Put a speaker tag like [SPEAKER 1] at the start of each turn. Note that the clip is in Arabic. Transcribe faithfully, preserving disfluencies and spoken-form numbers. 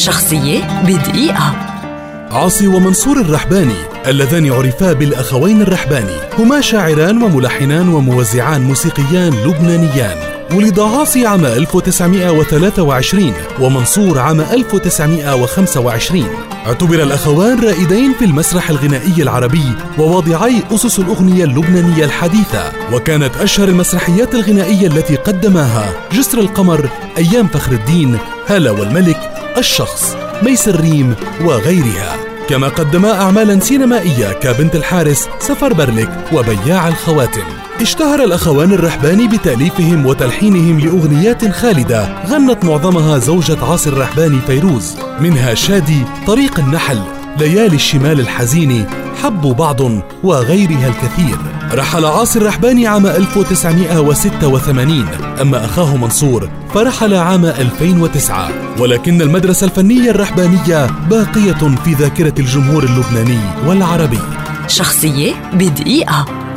[SPEAKER 1] شخصية بدقيقة.
[SPEAKER 2] عاصي ومنصور الرحباني اللذان عرفا بالأخوين الرحباني هما شاعران وملحنان وموزعان موسيقيان لبنانيان. ولد عاصي عام ألف وتسعمائة وثلاثة وعشرين ومنصور عام ألف وتسعمائة وخمسة وعشرين. اعتبر الأخوان رائدين في المسرح الغنائي العربي وواضعي أسس الأغنية اللبنانية الحديثة، وكانت أشهر المسرحيات الغنائية التي قدماها جسر القمر، أيام فخر الدين، هالة والملك، الشخص، ميس الريم وغيرها. كما قدما أعمالا سينمائية كبنت الحارس، سفر برلك، وبياع الخواتم. اشتهر الأخوان الرحباني بتأليفهم وتلحينهم لأغنيات خالدة غنت معظمها زوجة عاصي الرحباني فيروز، منها شادي، طريق النحل، ليالي الشمال الحزين، حبوا بعض، وغيرها الكثير. رحل عاصي الرحباني عام ألف وتسعمائة وستة وثمانين، أما أخاه منصور فرحل عام ألفين وتسعة. ولكن المدرسة الفنية الرحبانية باقية في ذاكرة الجمهور اللبناني والعربي.
[SPEAKER 1] شخصية بدقيقة.